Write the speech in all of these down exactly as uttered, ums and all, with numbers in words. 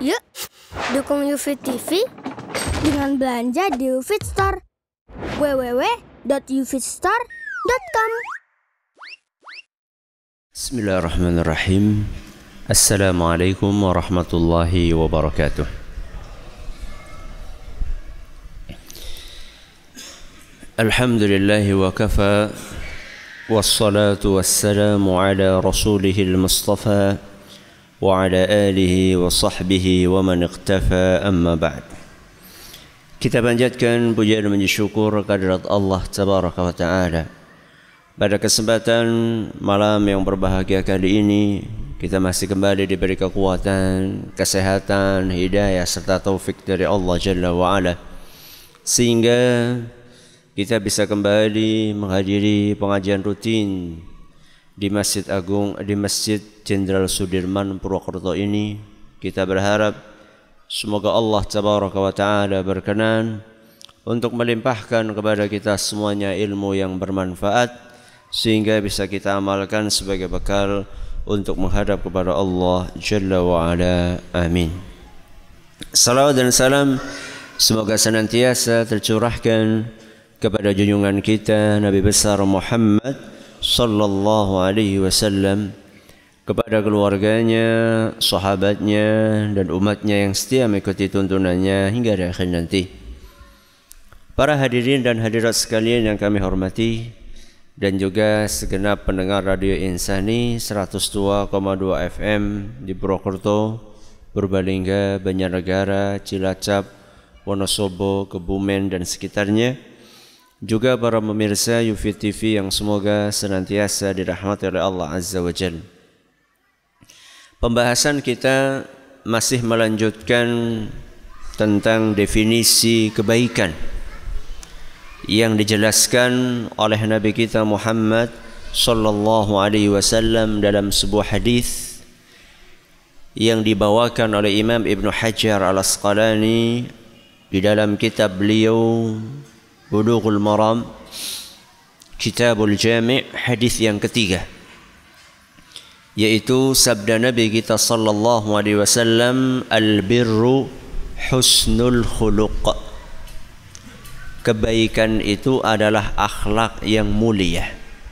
Yuk, dukung UFIT T V dengan belanja di UFIT Store. w w w dot ufitstore dot com. Bismillahirrahmanirrahim. Assalamualaikum warahmatullahi wabarakatuh. Alhamdulillahi wa kafa, wassalatu wassalamu ala rasulihil mustafa wa ala alihi wa sahbihi wa man iqtafa, amma ba'd. Kita panjatkan puja dan puji syukur kehadirat Allah tabaraka wa ta'ala. Pada kesempatan malam yang berbahagia kali ini, kita masih kembali diberi kekuatan, kesehatan, hidayah serta taufik dari Allah Jalla wa Ala, sehingga kita bisa kembali menghadiri pengajian rutin di Masjid Agung, di Masjid Jenderal Sudirman Purwokerto ini. Kita berharap semoga Allah Tabaraka wa Ta'ala berkenan untuk melimpahkan kepada kita semuanya ilmu yang bermanfaat, sehingga bisa kita amalkan sebagai bekal untuk menghadap kepada Allah Jalla wa Ala. Amin. Salawat dan salam semoga senantiasa tercurahkan kepada junjungan kita Nabi besar Muhammad sallallahu alaihi wasallam, kepada keluarganya, sahabatnya dan umatnya yang setia mengikuti tuntunannya hingga di akhir nanti. Para hadirin dan hadirat sekalian yang kami hormati, dan juga segenap pendengar Radio Insani seratus dua koma dua F M di Purwokerto, Purbalingga, Banjarnegara, Cilacap, Wonosobo, Kebumen dan sekitarnya, juga para pemirsa UFIT T V yang semoga senantiasa dirahmati oleh Allah Azza wa Jalla. Pembahasan kita masih melanjutkan tentang definisi kebaikan yang dijelaskan oleh Nabi kita Muhammad sallallahu alaihi wasallam dalam sebuah hadis yang dibawakan oleh Imam Ibnu Hajar Al-Asqalani di dalam kitab beliau Bulughul Maram, Kitabul Jami', hadis yang ketiga, yaitu sabda Nabi kita sallallahu alaihi wasallam, al-birru husnul khuluq. Kebaikan itu adalah akhlak yang mulia.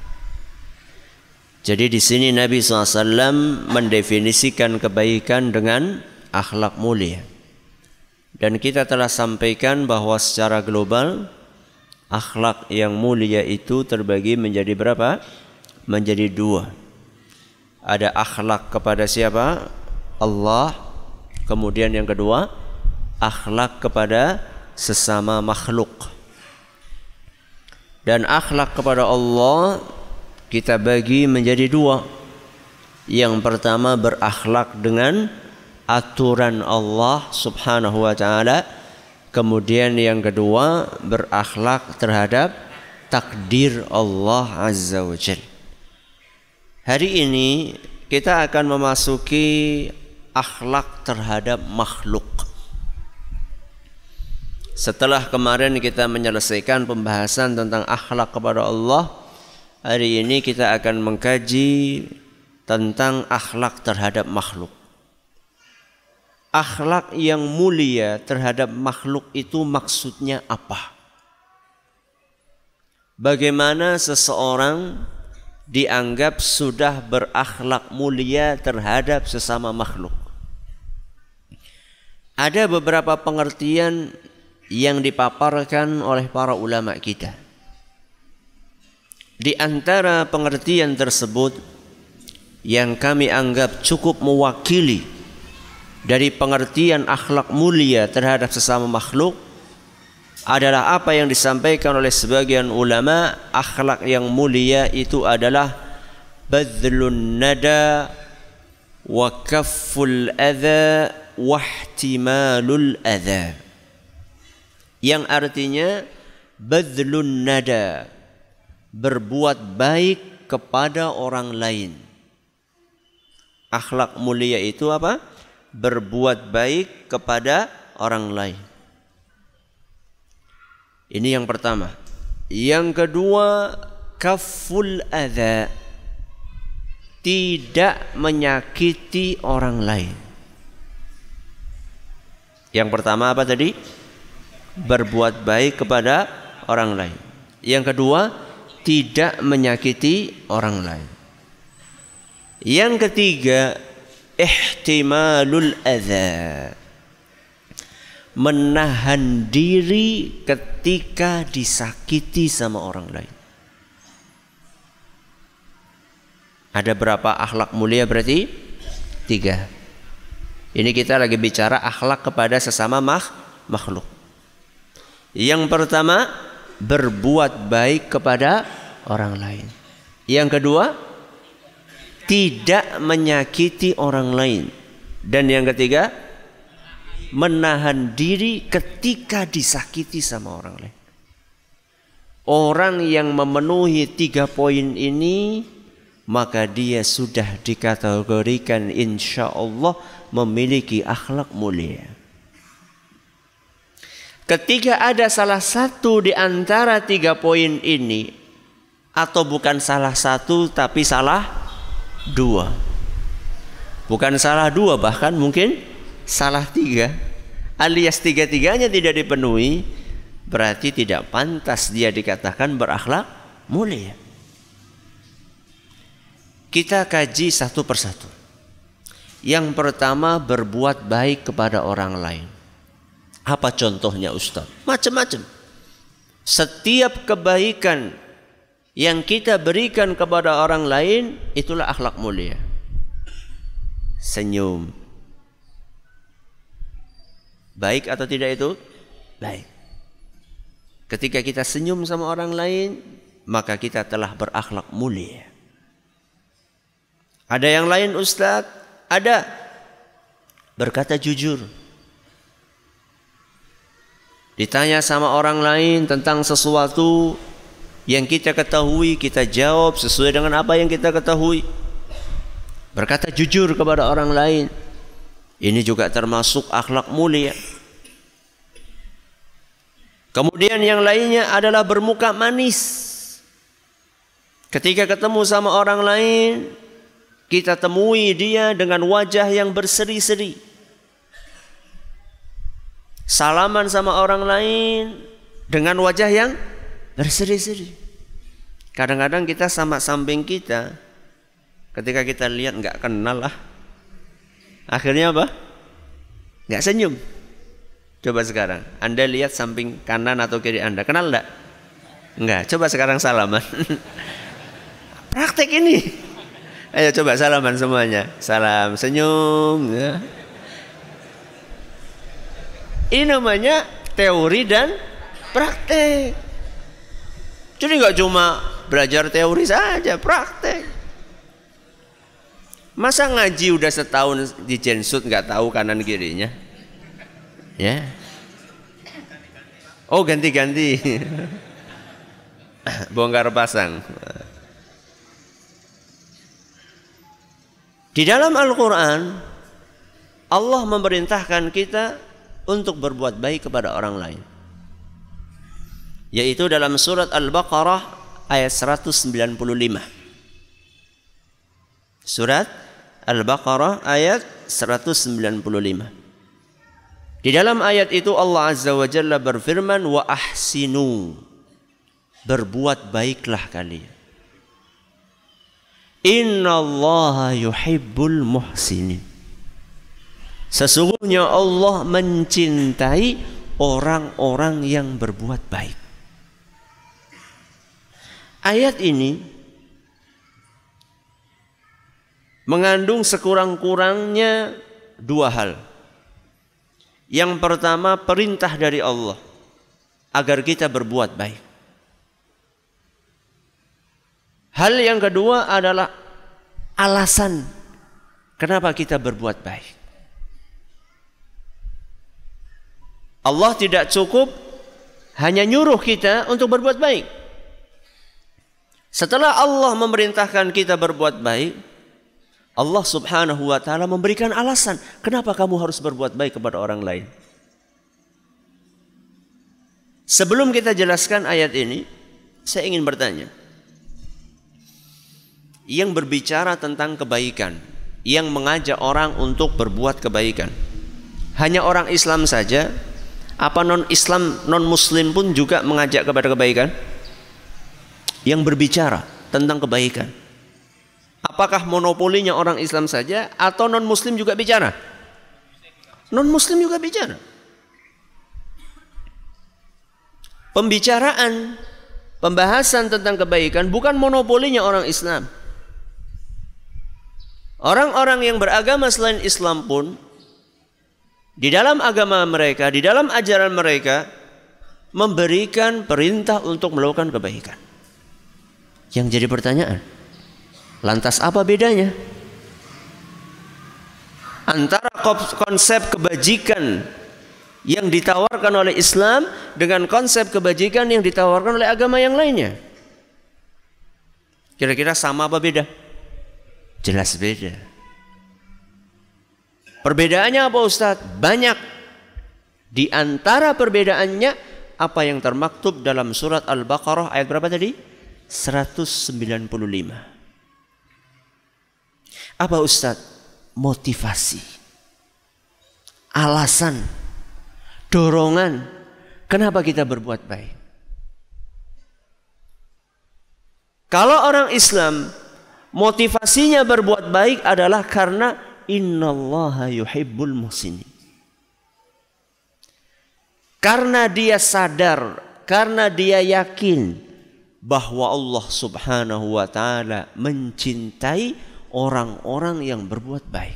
Jadi di sini Nabi sallallahu alaihi wasallam mendefinisikan kebaikan dengan akhlak mulia. Dan kita telah sampaikan bahwa secara global akhlak yang mulia itu terbagi menjadi berapa? Menjadi dua. Ada akhlak kepada siapa? Allah. Kemudian yang kedua, akhlak kepada sesama makhluk. Dan akhlak kepada Allah kita bagi menjadi dua. Yang pertama, berakhlak dengan aturan Allah Subhanahu wa ta'ala. Kemudian yang kedua, berakhlak terhadap takdir Allah Azza wa Jalla. Hari ini kita akan memasuki akhlak terhadap makhluk. Setelah kemarin kita menyelesaikan pembahasan tentang akhlak kepada Allah, hari ini kita akan mengkaji tentang akhlak terhadap makhluk. Akhlak yang mulia terhadap makhluk itu maksudnya apa? Bagaimana seseorang dianggap sudah berakhlak mulia terhadap sesama makhluk? Ada beberapa pengertian yang dipaparkan oleh para ulama kita. Di antara pengertian tersebut yang kami anggap cukup mewakili dari pengertian akhlak mulia terhadap sesama makhluk adalah apa yang disampaikan oleh sebagian ulama. Akhlak yang mulia itu adalah badlun nada wa kafful adha wa ihtimalul adha, yang artinya badlun nada, berbuat baik kepada orang lain. Akhlak mulia itu apa? Berbuat baik kepada orang lain. Ini yang pertama. Yang kedua, kafful adha, tidak menyakiti orang lain. Yang pertama apa tadi? Berbuat baik kepada orang lain. Yang kedua, tidak menyakiti orang lain. Yang ketiga, ihtimalul adza, menahan diri ketika disakiti sama orang lain. Ada berapa akhlak mulia berarti? Tiga. Ini kita lagi bicara akhlak kepada sesama makhluk. Yang pertama, berbuat baik kepada orang lain. Yang kedua, tidak menyakiti orang lain. Dan yang ketiga, menahan diri ketika disakiti sama orang lain. Orang yang memenuhi tiga poin ini, maka dia sudah dikategorikan insya Allah memiliki akhlak mulia. Ketika ada salah satu di antara tiga poin ini, atau bukan salah satu tapi salah dua, bukan salah dua, bahkan mungkin salah tiga, alias tiga-tiganya tidak dipenuhi, berarti tidak pantas dia dikatakan berakhlak mulia. Kita kaji satu persatu. Yang pertama, berbuat baik kepada orang lain. Apa contohnya Ustaz? Macam-macam. Setiap kebaikan yang kita berikan kepada orang lain, itulah akhlak mulia. Senyum. Baik atau tidak itu? Baik. Ketika kita senyum sama orang lain, maka kita telah berakhlak mulia. Ada yang lain Ustaz? Ada. Berkata jujur. Ditanya sama orang lain tentang sesuatu yang kita ketahui, kita jawab sesuai dengan apa yang kita ketahui. Berkata jujur kepada orang lain. Ini juga termasuk akhlak mulia. Kemudian yang lainnya adalah bermuka manis. Ketika ketemu sama orang lain, kita temui dia dengan wajah yang berseri-seri. Salaman sama orang lain dengan wajah yang berseri-seri. Kadang-kadang kita sama samping kita, ketika kita lihat nggak kenal lah, akhirnya apa? Nggak senyum. Coba sekarang, Anda lihat samping kanan atau kiri Anda, kenal nggak? Nggak. Coba sekarang salaman. Praktek ini. Ayo coba salaman semuanya. Salam, senyum. Ya. Ini namanya teori dan praktek. Jadi nggak cuma belajar teori saja, praktek. Masa ngaji udah setahun di Jensut nggak tahu kanan kirinya? Ya. Oh ganti-ganti. Bongkar pasang. Di dalam Al-Quran, Allah memerintahkan kita untuk berbuat baik kepada orang lain. Yaitu dalam surat Al-Baqarah ayat seratus sembilan puluh lima. Surat Al-Baqarah ayat seratus sembilan puluh lima. Di dalam ayat itu Allah Azza wa Jalla berfirman, wa ahsinu, berbuat baiklah kalian. Innallaha yuhibbul muhsinin. Sesungguhnya Allah mencintai orang-orang yang berbuat baik. Ayat ini mengandung sekurang-kurangnya dua hal. Yang pertama, perintah dari Allah agar kita berbuat baik. Hal yang kedua adalah alasan kenapa kita berbuat baik. Allah tidak cukup hanya nyuruh kita untuk berbuat baik. Setelah Allah memerintahkan kita berbuat baik, Allah Subhanahu wa ta'ala memberikan alasan kenapa kamu harus berbuat baik kepada orang lain. Sebelum kita jelaskan ayat ini, saya ingin bertanya. Yang berbicara tentang kebaikan, yang mengajak orang untuk berbuat kebaikan, Hanya orang Islam saja? Apa non-Islam, non-Muslim pun juga mengajak kepada kebaikan? Yang berbicara tentang kebaikan. Apakah monopolinya orang Islam saja atau non-Muslim juga bicara? Non-Muslim juga bicara. Pembicaraan, pembahasan tentang kebaikan bukan monopolinya orang Islam. Orang-orang yang beragama selain Islam pun di dalam agama mereka, di dalam ajaran mereka memberikan perintah untuk melakukan kebaikan. Yang jadi pertanyaan, lantas apa bedanya antara konsep kebajikan yang ditawarkan oleh Islam dengan konsep kebajikan yang ditawarkan oleh agama yang lainnya? Kira-kira sama apa beda? Jelas beda. Perbedaannya apa Ustadz? Banyak. Di antara perbedaannya apa yang termaktub dalam surat Al-Baqarah ayat berapa tadi? seratus sembilan puluh lima. Apa Ustadz? Motivasi, alasan, dorongan kenapa kita berbuat baik. Kalau orang Islam motivasinya berbuat baik adalah karena innallaha yuhibbul muhsinin. Karena dia sadar, karena dia yakin bahwa Allah Subhanahu wa taala mencintai orang-orang yang berbuat baik.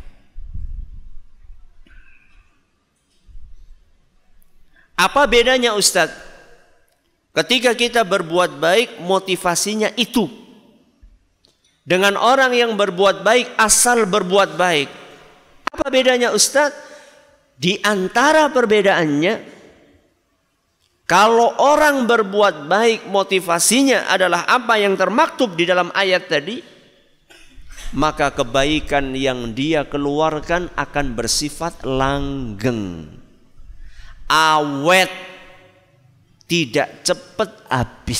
Apa bedanya Ustadz? Ketika kita berbuat baik, motivasinya itu. Dengan orang yang berbuat baik, asal berbuat baik. Apa bedanya Ustadz? Di antara perbedaannya, kalau orang berbuat baik, motivasinya adalah apa yang termaktub di dalam ayat tadi, maka kebaikan yang dia keluarkan akan bersifat langgeng, awet, tidak cepat habis.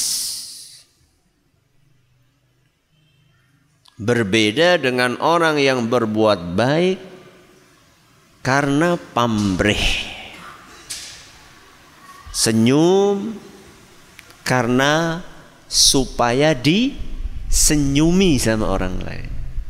Berbeda dengan orang yang berbuat baik karena pamrih, senyum karena supaya disenyumi sama orang lain.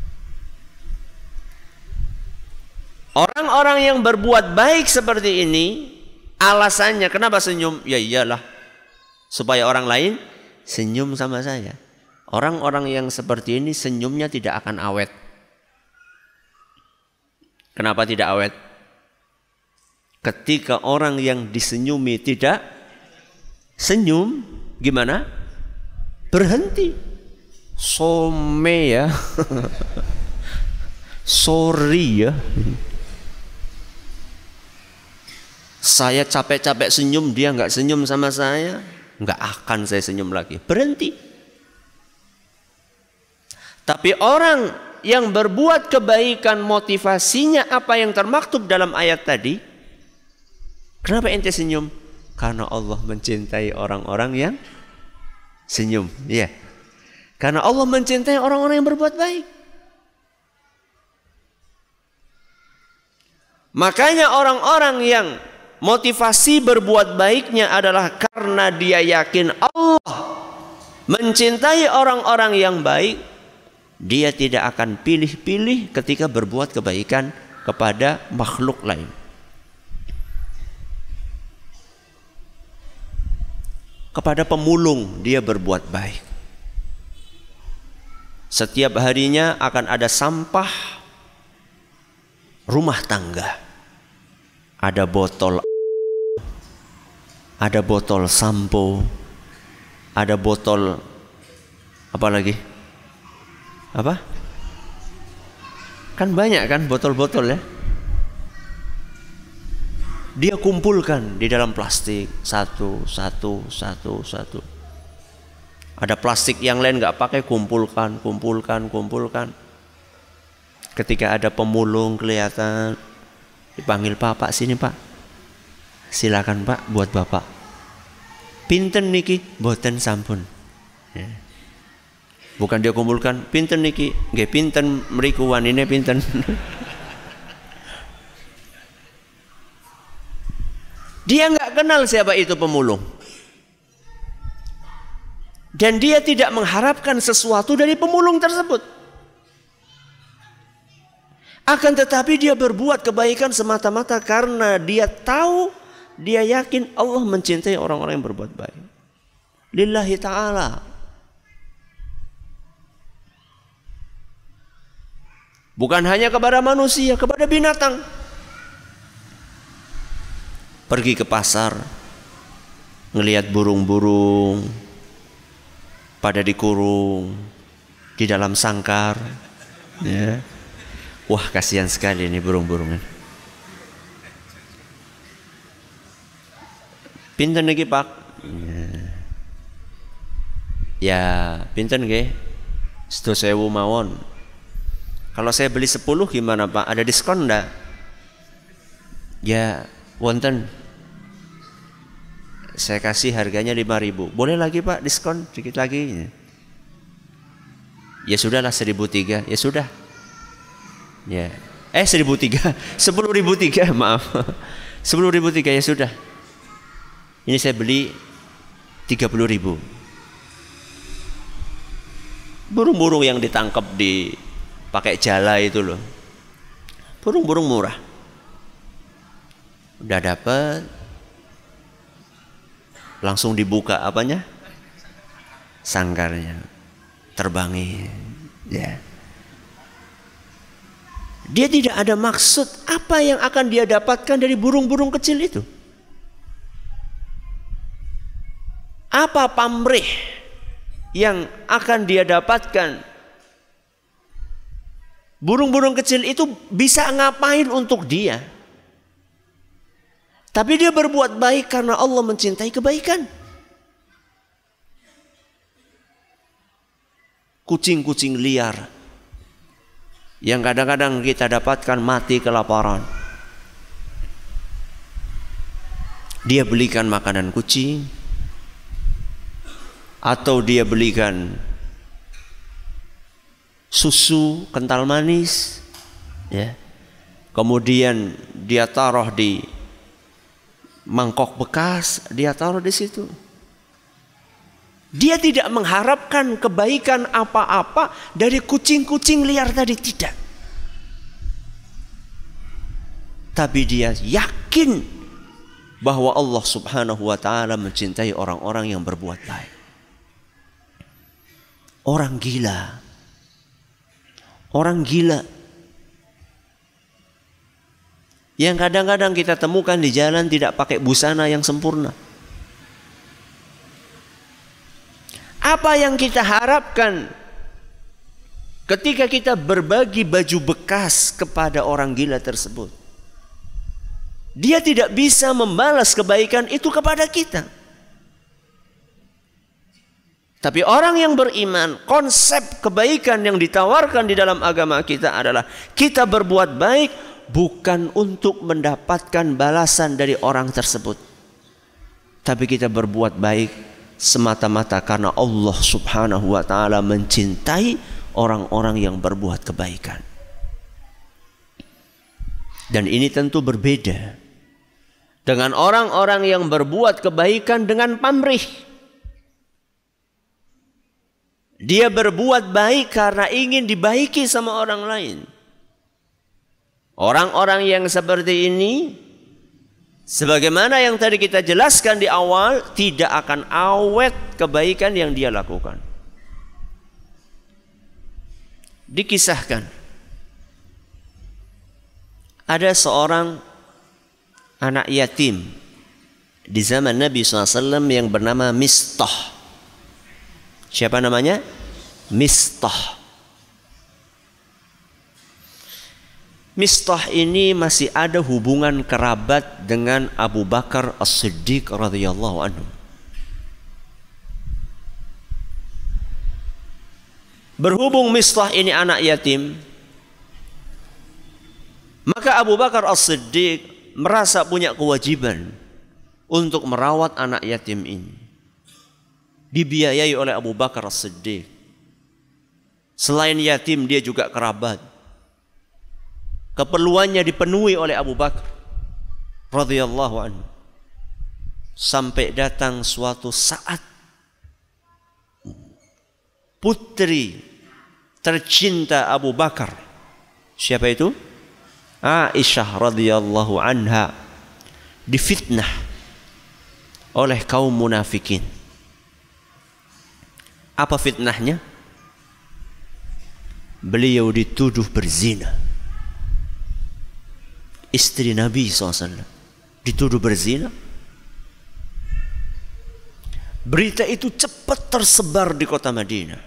Orang-orang yang berbuat baik seperti ini, alasannya kenapa senyum? Ya iyalah, supaya orang lain senyum sama saya. Orang-orang yang seperti ini senyumnya tidak akan awet. Kenapa tidak awet? Ketika orang yang disenyumi tidak senyum, gimana? Berhenti. Some ya. Sorry ya. Saya capek-capek senyum, dia nggak senyum sama saya, nggak akan saya senyum lagi. Berhenti. Tapi orang yang berbuat kebaikan, motivasinya apa yang termaktub dalam ayat tadi. Kenapa ente senyum? Karena Allah mencintai orang-orang yang senyum. Iya. Karena Allah mencintai orang-orang yang berbuat baik. Makanya orang-orang yang motivasi berbuat baiknya adalah karena dia yakin Allah mencintai orang-orang yang baik, dia tidak akan pilih-pilih ketika berbuat kebaikan kepada makhluk lain. Kepada pemulung dia berbuat baik. Setiap harinya akan ada sampah rumah tangga. Ada botol, ada botol sampo, ada botol apa lagi? Apa? Kan banyak kan botol-botol ya. Dia kumpulkan di dalam plastik satu, satu, satu, satu. Ada plastik yang lain nggak pakai, kumpulkan, kumpulkan, kumpulkan. Ketika ada pemulung kelihatan, dipanggil Pak, Pak sini Pak, silakan Pak buat Bapak. Pinten niki, boten sampun. Ya. Bukan dia kumpulkan, pinten niki, nggih pinten mriku wanine pinten. Dia nggak kenal siapa itu pemulung. Dan dia tidak mengharapkan sesuatu dari pemulung tersebut. Akan tetapi dia berbuat kebaikan semata-mata karena dia tahu, dia yakin Allah mencintai orang-orang yang berbuat baik. Lillahi ta'ala. Bukan hanya kepada manusia, kepada binatang. Pergi ke pasar, ngelihat burung-burung pada dikurung di dalam sangkar, ya. Wah, kasihan sekali ini burung-burungan. Pinten niki Pak? Ya, ya pinten nggih? Sedasa sewu mawon. Kalau saya beli sepuluh gimana Pak? Ada diskon enggak? Ya, wonten. Saya kasih harganya lima ribu. Boleh lagi Pak diskon sedikit lagi. Ya sudahlah seribu tiga. Ya sudah. Ya. Eh seribu tiga. Sepuluh ribu tiga. Maaf. Sepuluh ribu tiga ya sudah. Ini saya beli tiga puluh ribu. Burung-burung yang ditangkap di pakai jala itu loh. Burung-burung murah. Udah dapat. Langsung dibuka apanya? Sangkarnya. Terbangi. Ya. Dia tidak ada maksud apa yang akan dia dapatkan dari burung-burung kecil itu. Apa pamrih yang akan dia dapatkan? Burung-burung kecil itu bisa ngapain untuk dia? Tapi dia berbuat baik karena Allah mencintai kebaikan. Kucing-kucing liar yang kadang-kadang kita dapatkan mati kelaparan. Dia belikan makanan kucing, atau dia belikan susu kental manis, ya. Kemudian dia taruh di mangkok bekas, dia taruh di situ. Dia tidak mengharapkan kebaikan apa-apa dari kucing-kucing liar tadi, tidak. Tapi dia yakin bahwa Allah Subhanahu wa taala mencintai orang-orang yang berbuat baik. Orang gila. Orang gila yang kadang-kadang kita temukan di jalan tidak pakai busana yang sempurna. Apa yang kita harapkan ketika kita berbagi baju bekas kepada orang gila tersebut? Dia tidak bisa membalas kebaikan itu kepada kita. Tapi orang yang beriman, konsep kebaikan yang ditawarkan di dalam agama kita adalah kita berbuat baik bukan untuk mendapatkan balasan dari orang tersebut, tapi kita berbuat baik semata-mata karena Allah Subhanahu wa taala mencintai orang-orang yang berbuat kebaikan. Dan ini tentu berbeda dengan orang-orang yang berbuat kebaikan dengan pamrih. Dia berbuat baik karena ingin dibaiki sama orang lain. Orang-orang yang seperti ini, sebagaimana yang tadi kita jelaskan di awal, tidak akan awet kebaikan yang dia lakukan. Dikisahkan, ada seorang anak yatim di zaman Nabi shallallahu alaihi wasallam yang bernama Mistah. Siapa namanya? Mistah. Mistah ini masih ada hubungan kerabat dengan Abu Bakar As-Siddiq radhiyallahu anhu. Berhubung Mistah ini anak yatim, maka Abu Bakar As-Siddiq merasa punya kewajiban untuk merawat anak yatim ini. Dibiayai oleh Abu Bakar As-Siddiq. Selain yatim, dia juga kerabat. Keperluannya dipenuhi oleh Abu Bakar radhiyallahu anhu. sampai datang suatu saat putri tercinta Abu Bakar. Siapa itu? Aisyah radhiyallahu anha difitnah oleh kaum munafikin. Apa fitnahnya? Beliau dituduh berzina. Istri Nabi shallallahu alaihi wasallam dituduh berzina. Berita itu cepat tersebar di kota Madinah.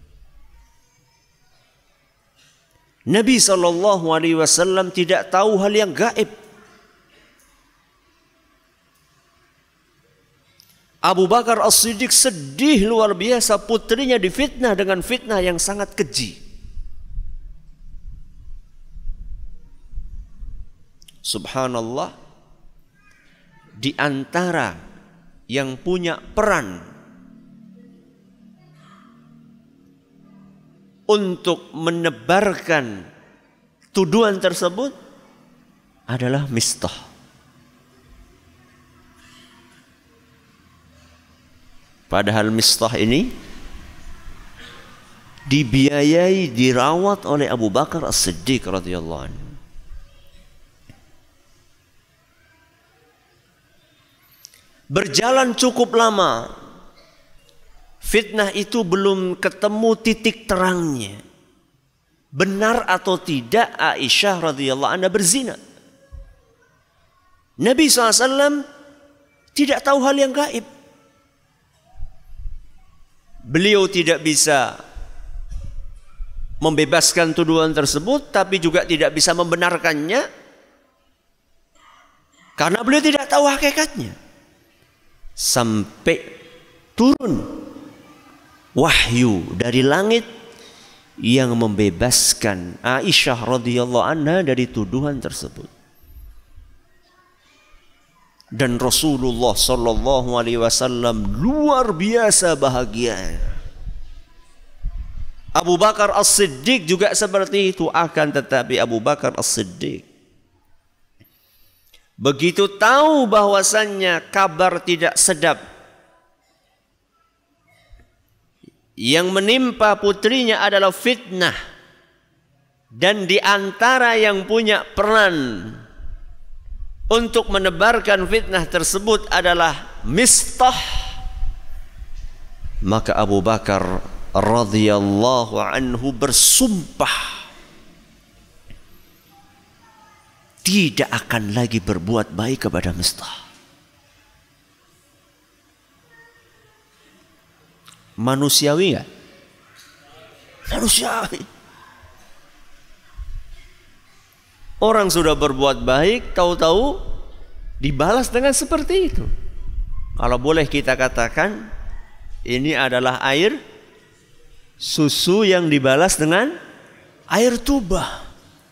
Nabi shallallahu alaihi wasallam tidak tahu hal yang gaib. Abu Bakar As-Siddiq sedih luar biasa, putrinya difitnah dengan fitnah yang sangat keji. Subhanallah, di antara yang punya peran untuk menebarkan tuduhan tersebut adalah Mistah. Padahal Mistah ini dibiayai, dirawat oleh Abu Bakar As-Siddiq radhiyallahu anhu. Berjalan cukup lama, fitnah itu belum ketemu titik terangnya. Benar atau tidak Aisyah radhiyallahu anha berzina? Nabi shallallahu alaihi wasallam tidak tahu hal yang gaib. Beliau tidak bisa membebaskan tuduhan tersebut, tapi juga tidak bisa membenarkannya, karena beliau tidak tahu hakikatnya. Sampai turun wahyu dari langit yang membebaskan Aisyah radhiyallahu anha dari tuduhan tersebut. Dan Rasulullah sallallahu alaihi wasallam luar biasa bahagia. Abu Bakar As-Siddiq juga seperti itu, akan tetapi Abu Bakar As-Siddiq begitu tahu bahwasannya kabar tidak sedap yang menimpa putrinya adalah fitnah, dan di antara yang punya peran untuk menebarkan fitnah tersebut adalah Mistah, maka Abu Bakar radhiyallahu anhu bersumpah tidak akan lagi berbuat baik kepada Mistah. Manusiawi ya? Manusiawi. Orang sudah berbuat baik, tahu-tahu dibalas dengan seperti itu. Kalau boleh kita katakan, ini adalah air susu yang dibalas dengan air tuba.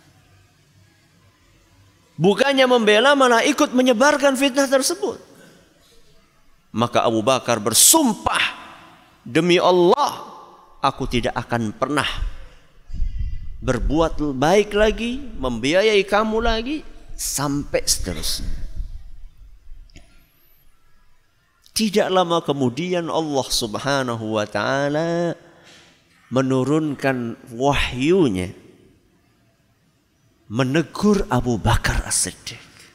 Bukannya membela, malah ikut menyebarkan fitnah tersebut. Maka Abu Bakar bersumpah, demi Allah, aku tidak akan pernah berbuat baik lagi, membiayai kamu lagi, sampai seterusnya. Tidak lama kemudian Allah Subhanahu wa ta'ala menurunkan wahyunya, menegur Abu Bakar As-Siddiq.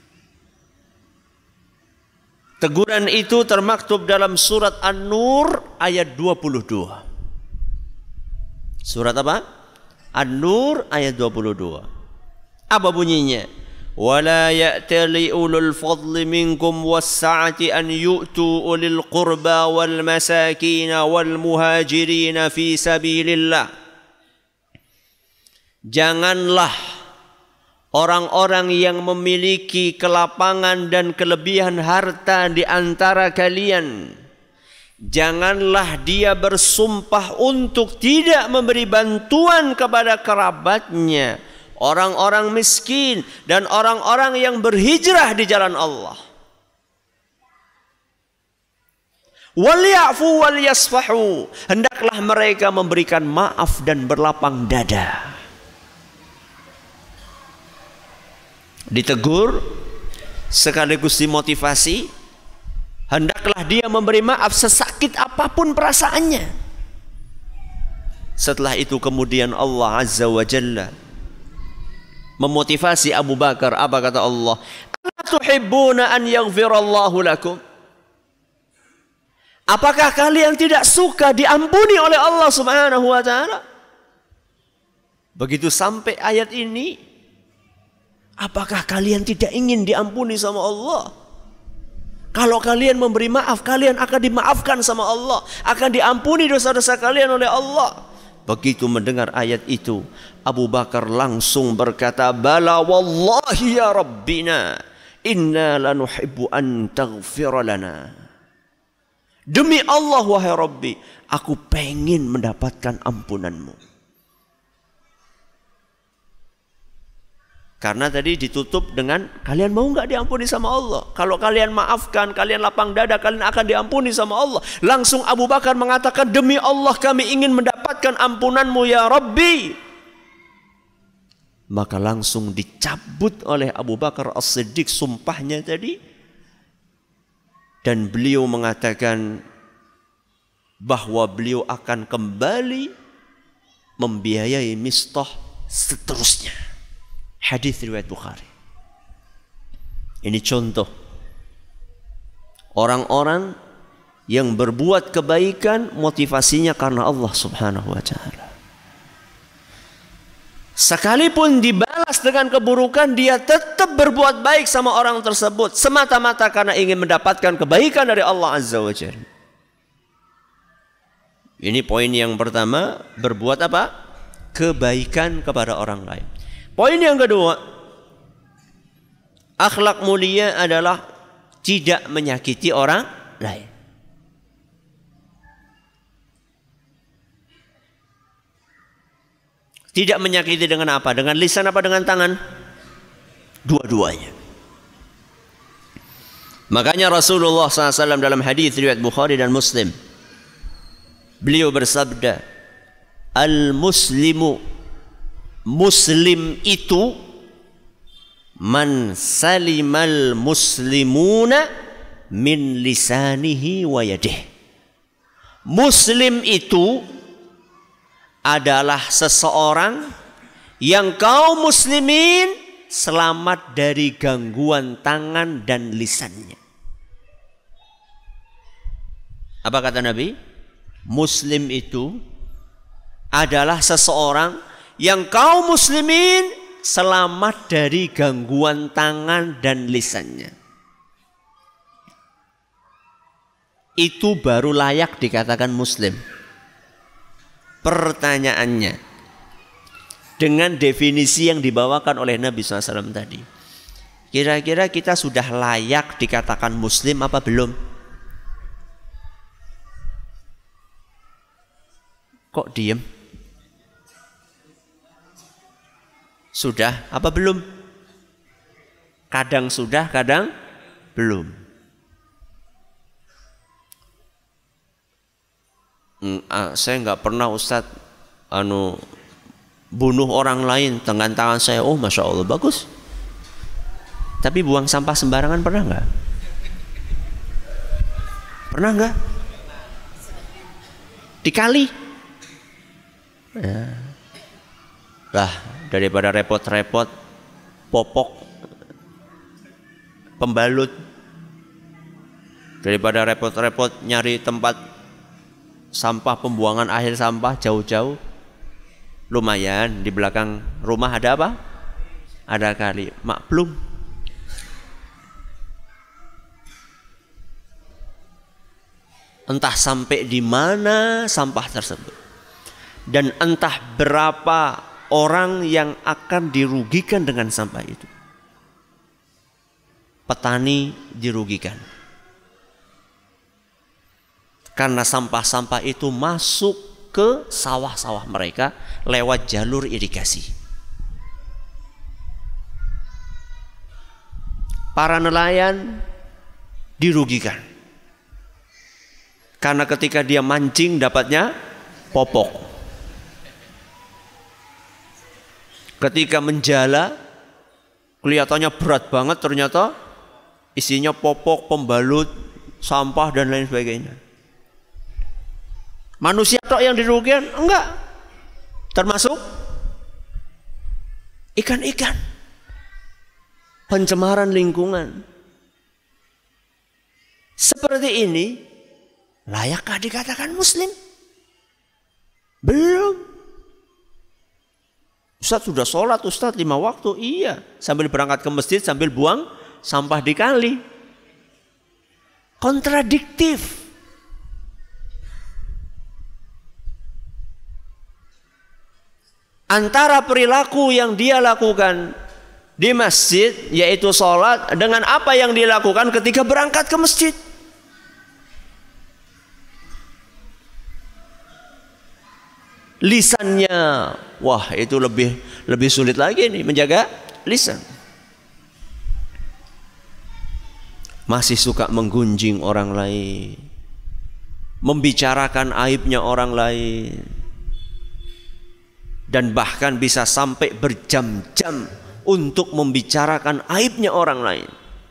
Teguran itu termaktub dalam surat An-Nur ayat dua puluh dua. Surat apa? An-Nur ayat dua puluh dua. Apa bunyinya? وَلَا يَأْتَلِ أُولُو الْفَضْلِ مِنْكُمْ وَالسَّعَةِ أَنْ يُؤْتُوا أُولِي الْقُرْبَى وَالْمَسَاكِينَ وَالْمُهَاجِرِينَ فِي سَبِيلِ اللَّهِ. Janganlah orang-orang yang memiliki kelapangan dan kelebihan harta di antara kalian, janganlah dia bersumpah untuk tidak memberi bantuan kepada kerabatnya, orang-orang miskin, dan orang-orang yang berhijrah di jalan Allah. Walyafu walyasfahu, hendaklah mereka memberikan maaf dan berlapang dada. Ditegur sekaligus dimotivasi hendaklah dia memberi maaf sesakit apapun perasaannya. Setelah itu kemudian Allah Azza wa Jalla memotivasi Abu Bakar. Apa kata Allah? "Ala tuhibbuna an yaghfirallahu lakum?" Apakah kalian tidak suka diampuni oleh Allah Subhanahu wa taala? Begitu sampai ayat ini, apakah kalian tidak ingin diampuni sama Allah? Kalau kalian memberi maaf, kalian akan dimaafkan sama Allah, akan diampuni dosa-dosa kalian oleh Allah. Begitu mendengar ayat itu, Abu Bakar langsung berkata, "Bala wallahi ya Rabbina, inna lanuhibbu an taghfira lana." Demi Allah wahai Rabbi, aku pengen mendapatkan ampunanmu. Karena tadi ditutup dengan, kalian mau nggak diampuni sama Allah? Kalau kalian maafkan, kalian lapang dada, kalian akan diampuni sama Allah. Langsung Abu Bakar mengatakan, demi Allah kami ingin mendapatkan ampunanmu ya Rabbi. Maka langsung dicabut oleh Abu Bakar As-Siddiq sumpahnya tadi. Dan beliau mengatakan bahwa beliau akan kembali membiayai Mistah seterusnya. Hadis riwayat Bukhari. Ini contoh orang-orang yang berbuat kebaikan motivasinya karena Allah Subhanahu wa taala. Sekalipun dibalas dengan keburukan, dia tetap berbuat baik sama orang tersebut semata-mata karena ingin mendapatkan kebaikan dari Allah Azza wa Jalla. Ini poin yang pertama, berbuat apa? Kebaikan kepada orang lain. Poin yang kedua, akhlak mulia adalah tidak menyakiti orang lain. Tidak menyakiti dengan apa? Dengan lisan apa dengan tangan? Dua-duanya. Makanya Rasulullah shallallahu alaihi wasallam dalam hadis riwayat Bukhari dan Muslim, beliau bersabda, Al-Muslimu, Muslim itu, man salimal muslimuna min lisanihi wa yadihi. Muslim itu adalah seseorang yang kaum muslimin selamat dari gangguan tangan dan lisannya. Apa kata Nabi? Muslim itu adalah seseorang yang kaum muslimin selamat dari gangguan tangan dan lisannya. Itu baru layak dikatakan muslim. Pertanyaannya, dengan definisi yang dibawakan oleh Nabi shallallahu alaihi wasallam tadi, kira-kira kita sudah layak dikatakan muslim apa belum? Kok diem? Sudah apa belum? Kadang sudah, kadang belum. Saya nggak pernah Ustadz anu bunuh orang lain dengan tangan saya. Oh masya Allah bagus. Tapi buang sampah sembarangan pernah nggak? Pernah nggak? Di kali? Ya. Lah daripada repot-repot popok pembalut, daripada repot-repot nyari tempat sampah, pembuangan akhir sampah jauh-jauh, lumayan di belakang rumah ada apa? Ada kali, maklum. Entah sampai di mana sampah tersebut, dan entah berapa orang yang akan dirugikan dengan sampah itu. Petani dirugikan karena sampah-sampah itu masuk ke sawah-sawah mereka lewat jalur irigasi. Para nelayan dirugikan karena ketika dia mancing dapatnya popok. Ketika menjala kelihatannya berat banget, ternyata isinya popok, pembalut, sampah dan lain sebagainya. Manusia tok yang dirugikan? Enggak. Termasuk ikan-ikan. Pencemaran lingkungan. Seperti ini, layakkah dikatakan muslim? Belum. Ustaz sudah sholat, Ustaz lima waktu. Iya, sambil berangkat ke masjid, sambil buang sampah di kali. Kontradiktif. Antara perilaku yang dia lakukan di masjid, yaitu sholat, dengan apa yang dia lakukan ketika berangkat ke masjid. Lisannya, wah itu lebih lebih sulit lagi nih menjaga lisan. Masih suka menggunjing orang lain, membicarakan aibnya orang lain, dan bahkan bisa sampai berjam-jam untuk membicarakan aibnya orang lain.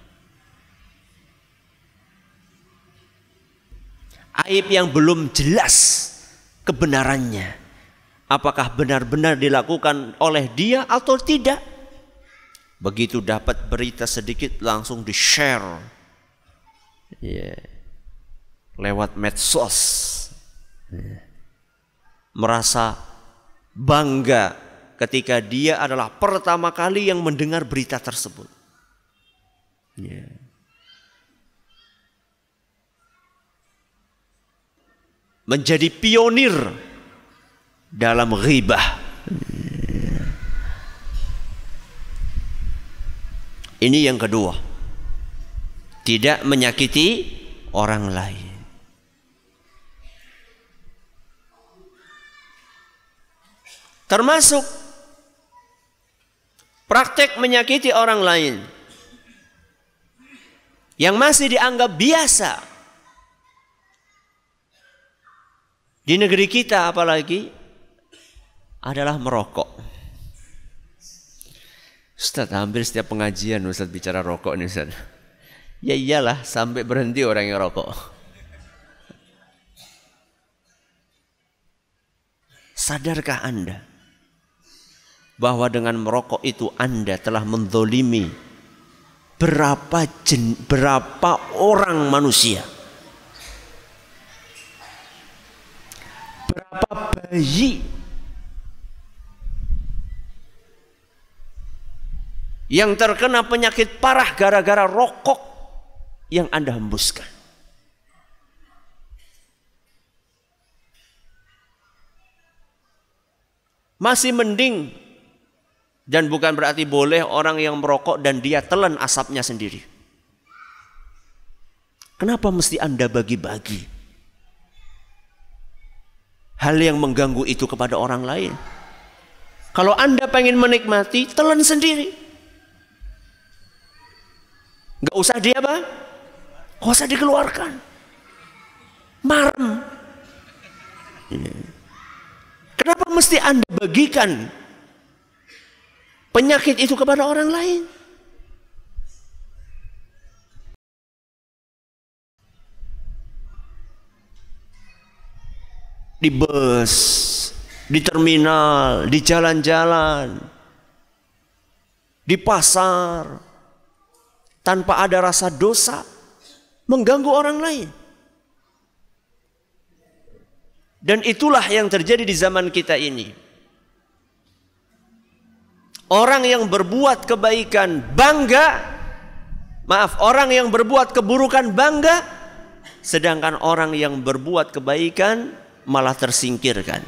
Aib yang belum jelas kebenarannya. Apakah benar-benar dilakukan oleh dia atau tidak? Begitu dapat berita sedikit langsung di-share, yeah, lewat medsos, yeah. Merasa bangga ketika dia adalah pertama kali yang mendengar berita tersebut, yeah. Menjadi pionir dalam ghibah. Ini yang kedua, tidak menyakiti orang lain. Termasuk praktek menyakiti orang lain yang masih dianggap biasa di negeri kita apalagi adalah merokok. Ustaz, hampir setiap pengajian Ustaz bicara rokok nih Ustaz. Ya iyalah, sampai berhenti orang yang rokok. Sadarkah Anda bahwa dengan merokok itu Anda telah menzolimi berapa jen, berapa orang manusia? Berapa bayi yang terkena penyakit parah gara-gara rokok yang Anda hembuskan? Masih mending, dan bukan berarti boleh orang yang merokok dan dia telan asapnya sendiri. Kenapa mesti Anda bagi-bagi hal yang mengganggu itu kepada orang lain? Kalau Anda pengen menikmati, telan sendiri. Gak usah dia apa? Gak usah dikeluarkan. Marem. Kenapa mesti Anda bagikan penyakit itu kepada orang lain? Di bus, di terminal, di jalan-jalan, di pasar, tanpa ada rasa dosa, mengganggu orang lain. Dan itulah yang terjadi di zaman kita ini. Orang yang berbuat kebaikan bangga, maaf, orang yang berbuat keburukan bangga, sedangkan orang yang berbuat kebaikan malah tersingkirkan.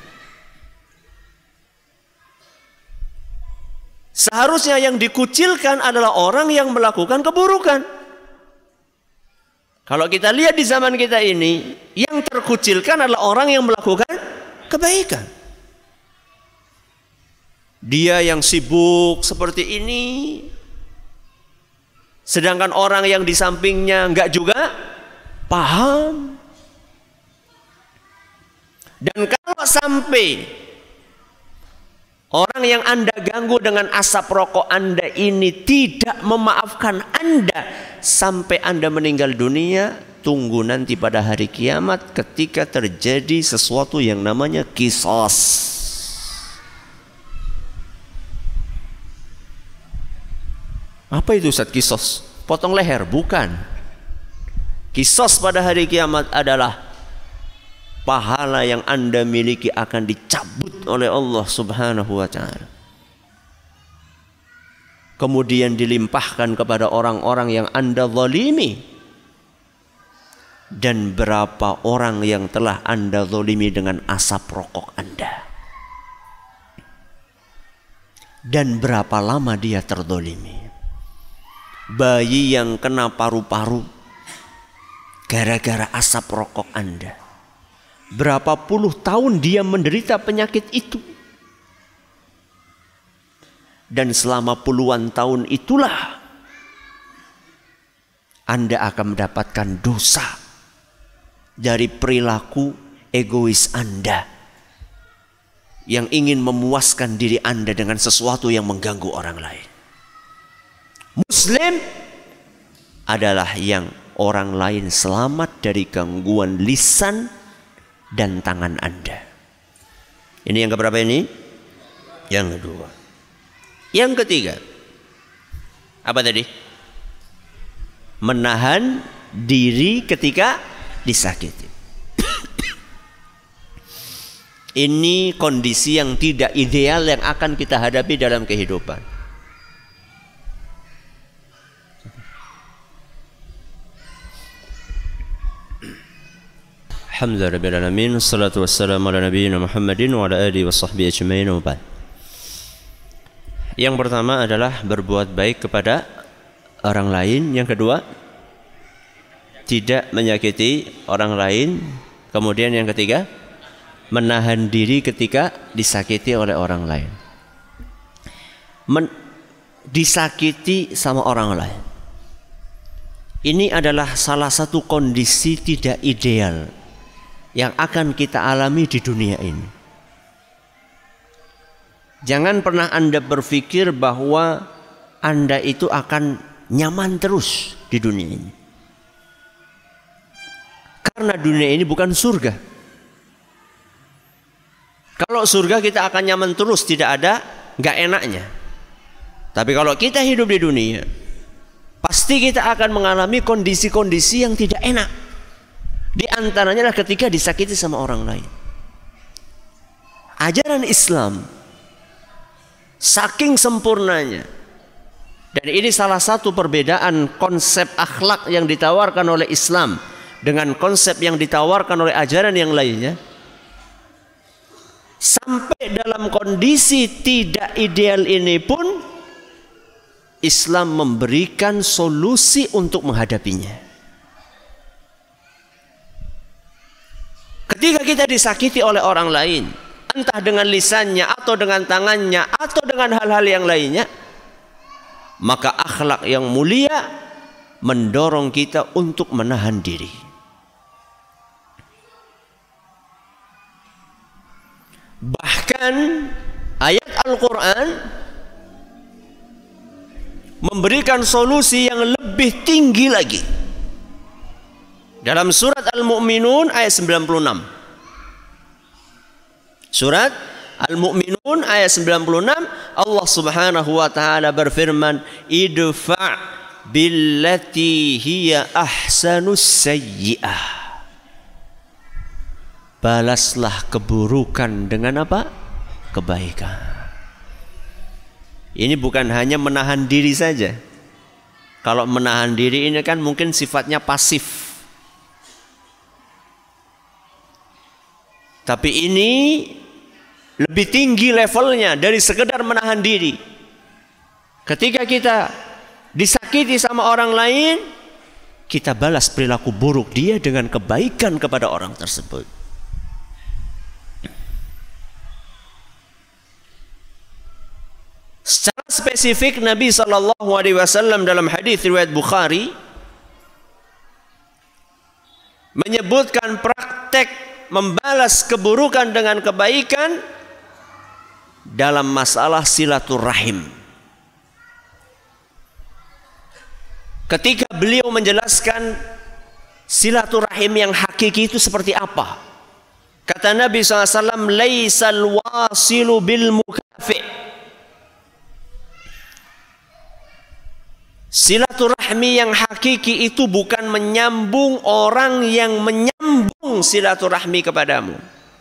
Seharusnya yang dikucilkan adalah orang yang melakukan keburukan. Kalau kita lihat di zaman kita ini, yang terkucilkan adalah orang yang melakukan kebaikan. Dia yang sibuk seperti ini, sedangkan orang yang di sampingnya enggak juga paham. Dan kalau sampai orang yang Anda ganggu dengan asap rokok Anda ini tidak memaafkan Anda sampai Anda meninggal dunia, ditunggu nanti pada hari kiamat ketika terjadi sesuatu yang namanya qisas. Apa itu Ustaz qisas? Potong leher? Bukan. Qisas pada hari kiamat adalah pahala yang Anda miliki akan dicabut oleh Allah Subhanahu wa ta'ala. Kemudian dilimpahkan kepada orang-orang yang Anda zalimi. Dan berapa orang yang telah Anda zalimi dengan asap rokok Anda. Dan berapa lama dia terzalimi. Bayi yang kena paru-paru gara-gara asap rokok Anda. Berapa puluh tahun dia menderita penyakit itu. Dan selama puluhan tahun itulah Anda akan mendapatkan dosa dari perilaku egois Anda yang ingin memuaskan diri Anda dengan sesuatu yang mengganggu orang lain. Muslim adalah yang orang lain selamat dari gangguan lisan dan tangan Anda. Ini yang keberapa ini? Yang kedua. Yang ketiga, apa tadi? Menahan diri ketika disakiti. Ini kondisi yang tidak ideal yang akan kita hadapi dalam kehidupan. Alhamdulillahirrahmanirrahim. Assalatu wassalamu ala nabiyyina Muhammadin wa ala alihi wa sahbihi ajma'in wa ba'd. Yang pertama adalah berbuat baik kepada orang lain. Yang kedua, tidak menyakiti orang lain. Kemudian yang ketiga, menahan diri ketika disakiti oleh orang lain. Men- disakiti sama orang lain. Ini adalah salah satu kondisi tidak ideal yang akan kita alami di dunia ini. Jangan pernah Anda berpikir bahwa Anda itu akan nyaman terus di dunia ini. Karena dunia ini bukan surga. Kalau surga kita akan nyaman terus, tidak ada nggak enaknya. Tapi kalau kita hidup di dunia, pasti kita akan mengalami kondisi-kondisi yang tidak enak. Di antaranya adalah ketika disakiti sama orang lain. Ajaran Islam saking sempurnanya, dan ini salah satu perbedaan konsep akhlak yang ditawarkan oleh Islam dengan konsep yang ditawarkan oleh ajaran yang lainnya. Sampai dalam kondisi tidak ideal ini pun Islam memberikan solusi untuk menghadapinya. Ketika kita disakiti oleh orang lain, entah dengan lisannya atau dengan tangannya atau dengan hal-hal yang lainnya, maka akhlak yang mulia mendorong kita untuk menahan diri. Bahkan ayat Al-Quran memberikan solusi yang lebih tinggi lagi. Dalam surat Al-Mu'minun ayat sembilan puluh enam. Surat Al-Mu'minun ayat sembilan puluh enam, Allah Subhanahu wa taala berfirman, "Idfa' billati hiya ahsanus sayyi'ah." Balaslah keburukan dengan apa? Kebaikan. Ini bukan hanya menahan diri saja. Kalau menahan diri ini kan mungkin sifatnya pasif. Tapi ini lebih tinggi levelnya dari sekedar menahan diri. Ketika kita disakiti sama orang lain, kita balas perilaku buruk dia dengan kebaikan kepada orang tersebut. Secara spesifik Nabi sallallahu alaihi wasallam dalam hadis riwayat Bukhari menyebutkan praktek membalas keburukan dengan kebaikan dalam masalah silaturahim. Ketika beliau menjelaskan Silaturahim yang hakiki itu seperti apa? Kata Nabi shallallahu alaihi wasallam, laisal wasilu bil mukafi. Silaturahmi yang hakiki itu bukan menyambung orang yang menyambung silaturahmi kepadamu.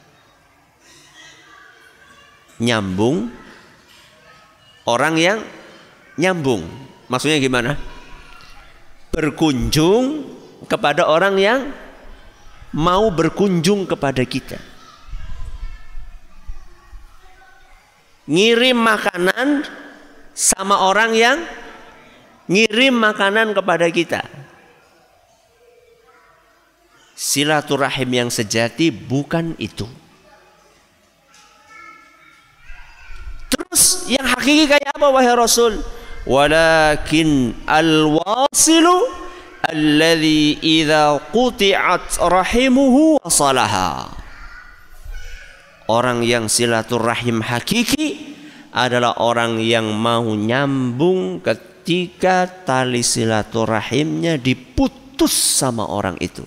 Nyambung orang yang nyambung. Maksudnya gimana? Berkunjung kepada orang yang mau berkunjung kepada kita. Ngirim makanan sama orang yang ngirim makanan kepada kita. Silaturahim yang sejati bukan itu. Terus yang hakiki kayak apa wahai Rasul? Walakin al-wasilu alladhi idza quti'at rahimuhu wasalaha. Orang yang silaturahim hakiki adalah orang yang mau nyambung ketika tali silaturahimnya diputus sama orang itu.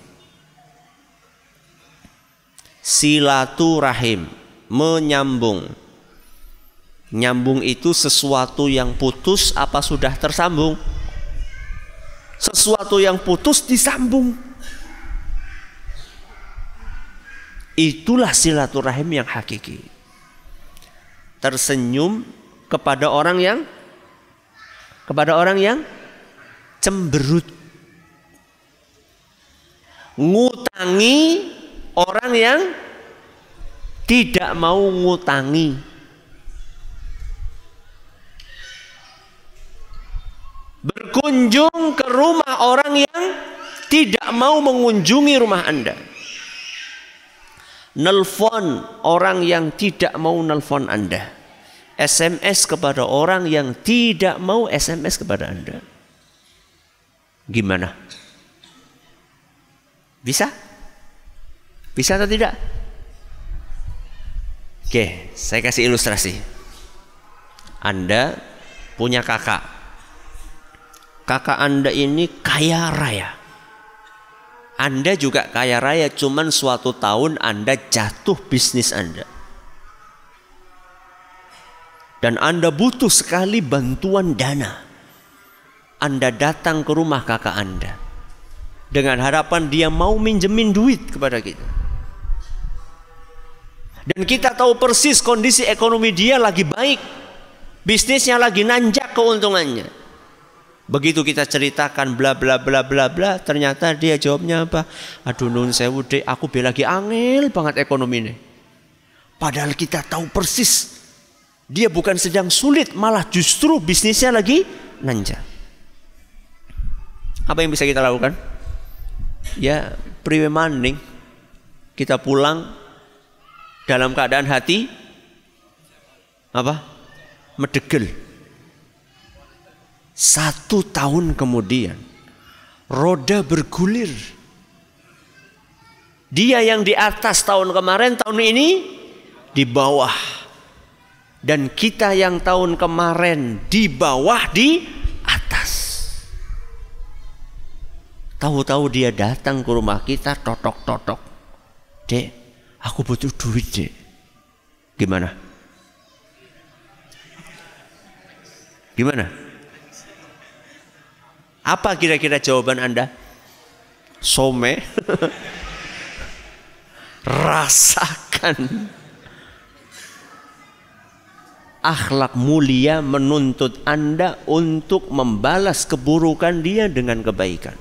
Silaturahim, menyambung. Nyambung itu sesuatu yang putus apa sudah tersambung? Sesuatu yang putus disambung. Itulah silaturahim yang hakiki. Tersenyum kepada orang yang kepada orang yang cemberut. Ngutangi orang yang tidak mau ngutangi. Berkunjung ke rumah orang yang tidak mau mengunjungi rumah Anda. Nelpon orang yang tidak mau nelpon Anda. S M S kepada orang yang tidak mau S M S kepada Anda. Gimana? Bisa? Bisa atau tidak? Oke, saya kasih ilustrasi. Anda punya kakak. Kakak Anda ini kaya raya. Anda juga kaya raya, cuman suatu tahun Anda jatuh bisnis Anda. Dan Anda butuh sekali bantuan dana. Anda datang ke rumah kakak Anda dengan harapan dia mau minjemin duit kepada kita. Dan kita tahu persis kondisi ekonomi dia lagi baik. Bisnisnya lagi nanjak keuntungannya. Begitu kita ceritakan bla bla bla bla bla, ternyata dia jawabnya apa? Aduh nun sewu dek, aku be lagi angel banget ekonomi ini. Padahal kita tahu persis dia bukan sedang sulit, malah justru bisnisnya lagi nanjak. Apa yang bisa kita lakukan? Ya priwe maning, kita pulang dalam keadaan hati apa? Medegel. Satu tahun kemudian roda bergulir. Dia yang di atas tahun kemarin, tahun ini di bawah. Dan kita yang tahun kemarin di bawah, di atas. Tahu-tahu dia datang ke rumah kita, totok-totok. Dek, aku butuh duit dek. Gimana? Gimana? Apa kira-kira jawaban Anda? Some. Rasakan. Akhlak mulia menuntut Anda untuk membalas keburukan dia dengan kebaikan.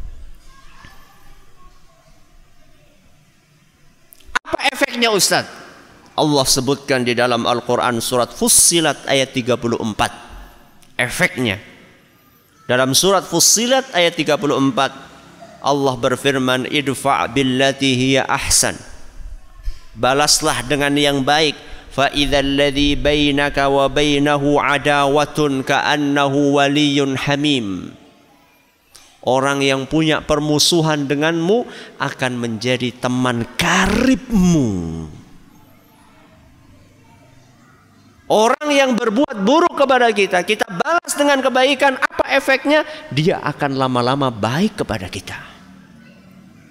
Apa efeknya Ustaz? Allah sebutkan di dalam Al-Quran surat Fussilat ayat tiga puluh empat. Efeknya. Dalam surat Fussilat ayat tiga puluh empat, Allah berfirman, idfa' billati hiya ahsan. Balaslah dengan yang baik. Fa idzal ladzi bainaka wa bainahu adawatun ka'annahu waliyyun hamim. Orang yang punya permusuhan denganmu akan menjadi teman karibmu. Orang yang berbuat buruk kepada kita, kita balas dengan kebaikan, apa efeknya? Dia akan lama-lama baik kepada kita.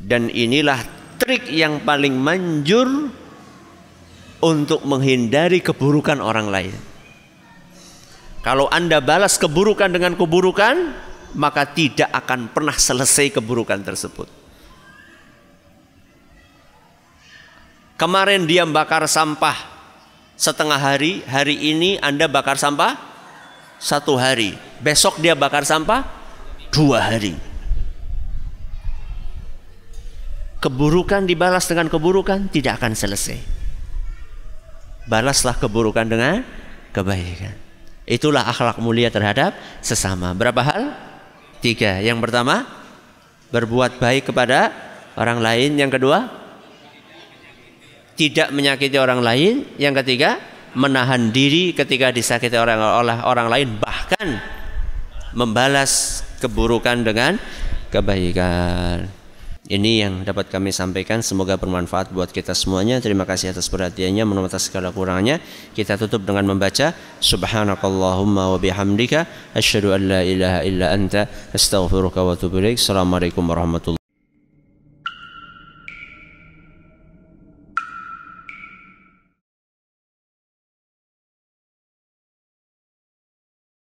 Dan inilah trik yang paling manjur untuk menghindari keburukan orang lain. Kalau Anda balas keburukan dengan keburukan, maka tidak akan pernah selesai keburukan tersebut. Kemarin dia bakar sampah setengah hari, hari ini Anda bakar sampah satu hari. Besok dia bakar sampah dua hari. Keburukan dibalas dengan keburukan tidak akan selesai. Balaslah keburukan dengan kebaikan. Itulah akhlak mulia terhadap sesama. Berapa hal? Tiga. Yang pertama, berbuat baik kepada orang lain. Yang kedua, tidak menyakiti orang lain. Yang ketiga, menahan diri ketika disakiti orang oleh orang lain, bahkan membalas keburukan dengan kebaikan. Ini yang dapat kami sampaikan, semoga bermanfaat buat kita semuanya. Terima kasih atas perhatiannya, mohon atas segala kurangnya. Kita tutup dengan membaca subhanakallahumma wa bihamdika asyhadu an la ilaha illa anta astaghfiruka wa atubu ilaik. Assalamualaikum warahmatullahi wabarakatuh.